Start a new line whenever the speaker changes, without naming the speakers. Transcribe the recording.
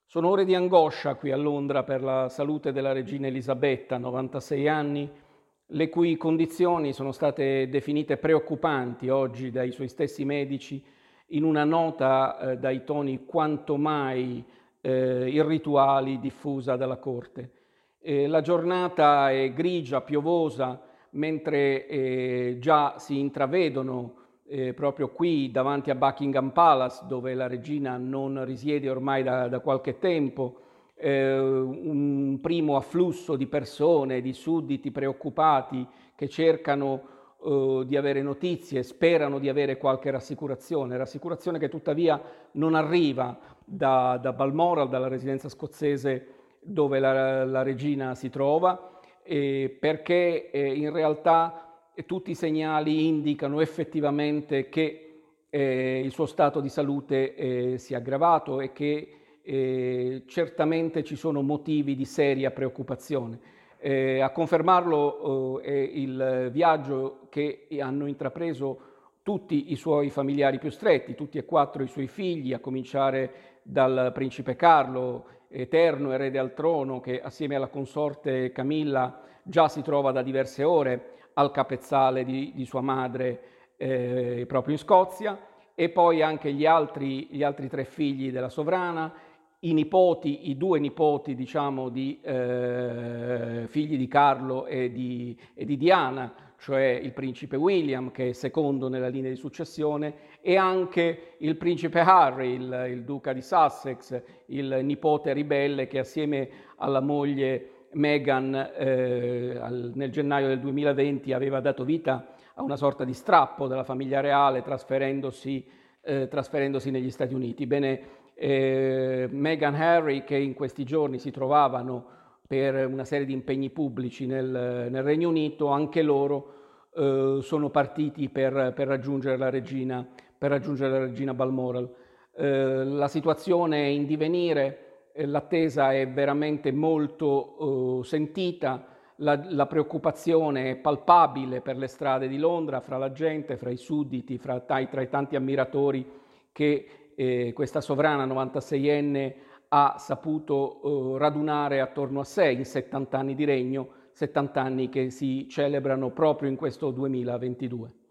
Sono ore di angoscia qui a Londra per la salute della regina Elisabetta, 96 anni, le cui condizioni sono state definite preoccupanti oggi dai suoi stessi medici in una nota dai toni quanto mai irrituali diffusa dalla corte. La giornata è grigia, piovosa, mentre già si intravedono proprio qui davanti a Buckingham Palace, dove la regina non risiede ormai da qualche tempo, un primo afflusso di persone, di sudditi preoccupati che cercano di avere notizie, sperano di avere qualche rassicurazione che tuttavia non arriva da Balmoral, dalla residenza scozzese dove la regina si trova, perché in realtà tutti i segnali indicano effettivamente che il suo stato di salute si è aggravato e che certamente ci sono motivi di seria preoccupazione. A confermarlo è il viaggio che hanno intrapreso tutti i suoi familiari più stretti, tutti e quattro i suoi figli, a cominciare dal principe Carlo, eterno erede al trono, che assieme alla consorte Camilla già si trova da diverse ore al capezzale di sua madre proprio in Scozia, e poi anche gli altri tre figli della sovrana, i due nipoti diciamo di figli di Carlo e di Diana, cioè il principe William, che è secondo nella linea di successione, e anche il principe Harry, il duca di Sussex, il nipote ribelle che assieme alla moglie Meghan nel gennaio del 2020 aveva dato vita a una sorta di strappo della famiglia reale trasferendosi negli Stati Uniti. Bene, Meghan e Harry, che in questi giorni si trovavano per una serie di impegni pubblici nel Regno Unito, anche loro sono partiti per raggiungere la regina Balmoral. La situazione è in divenire, l'attesa è veramente molto sentita, la preoccupazione è palpabile per le strade di Londra, fra la gente, fra i sudditi, tra i tanti ammiratori che questa sovrana 96enne ha saputo radunare attorno a sé in 70 anni di regno, 70 anni che si celebrano proprio in questo 2022.